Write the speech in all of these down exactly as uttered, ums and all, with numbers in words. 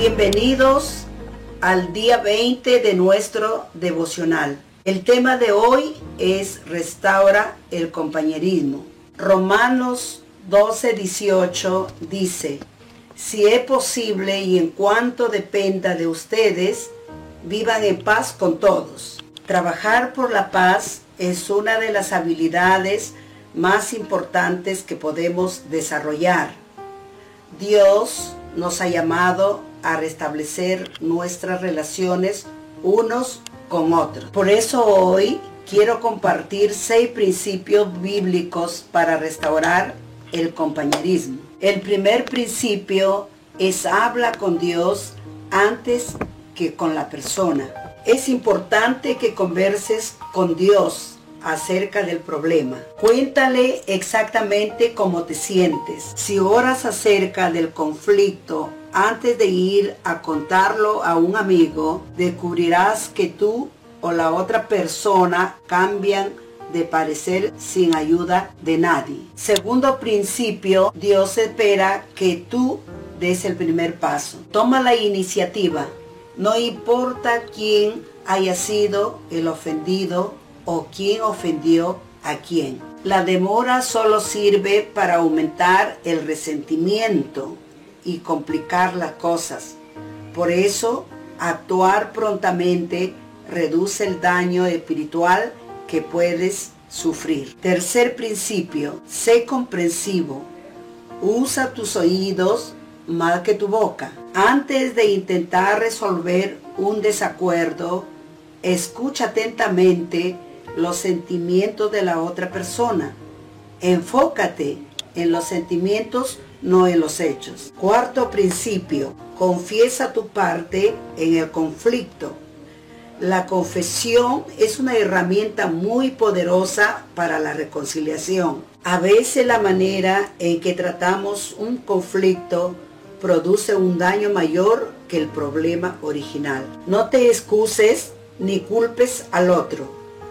Bienvenidos al día veinte de nuestro devocional. El tema de hoy es restaura el compañerismo. Romanos doce dieciocho dice: si es posible y en cuanto dependa de ustedes, vivan en paz con todos. Trabajar por la paz es una de las habilidades más importantes que podemos desarrollar. Dios nos ha llamado a restablecer nuestras relaciones unos con otros. Por eso hoy quiero compartir seis principios bíblicos para restaurar el compañerismo. El primer principio es habla con Dios antes que con la persona. Es importante que converses con Dios acerca del problema. Cuéntale exactamente cómo te sientes. Si oras acerca del conflicto antes de ir a contarlo a un amigo, descubrirás que tú o la otra persona cambian de parecer sin ayuda de nadie. Segundo principio, Dios espera que tú des el primer paso. Toma la iniciativa. No importa quién haya sido el ofendido o quién ofendió a quién. La demora solo sirve para aumentar el resentimiento y complicar las cosas. Por eso, actuar prontamente reduce el daño espiritual que puedes sufrir. Tercer principio, sé comprensivo. Usa tus oídos más que tu boca. Antes de intentar resolver un desacuerdo, escucha atentamente los sentimientos de la otra persona. Enfócate en los sentimientos, no en los hechos. Cuarto principio, confiesa tu parte en el conflicto. La confesión es una herramienta muy poderosa para la reconciliación. A veces la manera en que tratamos un conflicto produce un daño mayor que el problema original. No te excuses ni culpes al otro.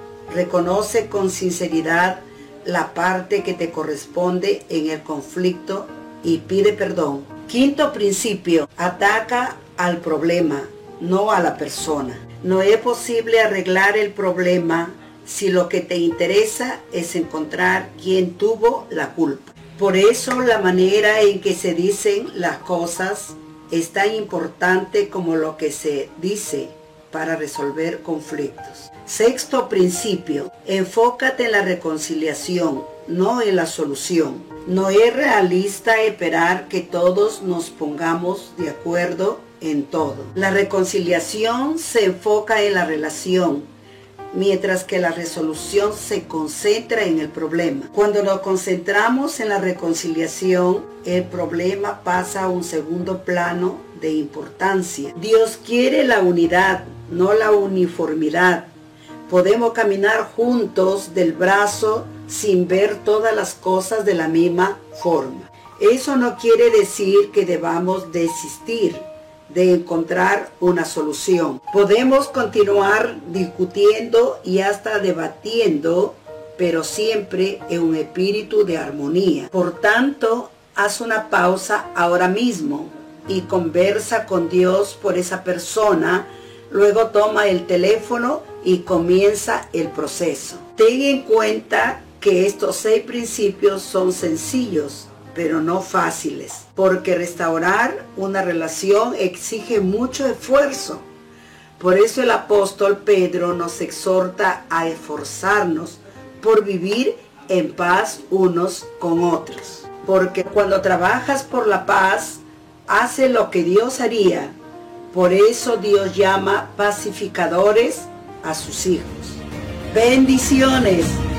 Reconoce con sinceridad la parte que te corresponde en el conflicto y pide perdón. Quinto principio, ataca al problema, no a la persona. No es posible arreglar el problema si lo que te interesa es encontrar quién tuvo la culpa. Por eso la manera en que se dicen las cosas es tan importante como lo que se dice para resolver conflictos. Sexto principio, enfócate en la reconciliación, no en la solución. No es realista esperar que todos nos pongamos de acuerdo en todo. La reconciliación se enfoca en la relación, mientras que la resolución se concentra en el problema. Cuando nos concentramos en la reconciliación, el problema pasa a un segundo plano de importancia. Dios quiere la unidad, no la uniformidad. Podemos caminar juntos del brazo sin ver todas las cosas de la misma forma. Eso no quiere decir que debamos desistir de encontrar una solución. Podemos continuar discutiendo y hasta debatiendo, pero siempre en un espíritu de armonía. Por tanto, haz una pausa ahora mismo y conversa con Dios por esa persona. Luego toma el teléfono y comienza el proceso. Ten en cuenta que estos seis principios son sencillos, pero no fáciles, porque restaurar una relación exige mucho esfuerzo. Por eso el apóstol Pedro nos exhorta a esforzarnos por vivir en paz unos con otros. Porque cuando trabajas por la paz, haces lo que Dios haría. Por eso Dios llama pacificadores a sus hijos. Bendiciones.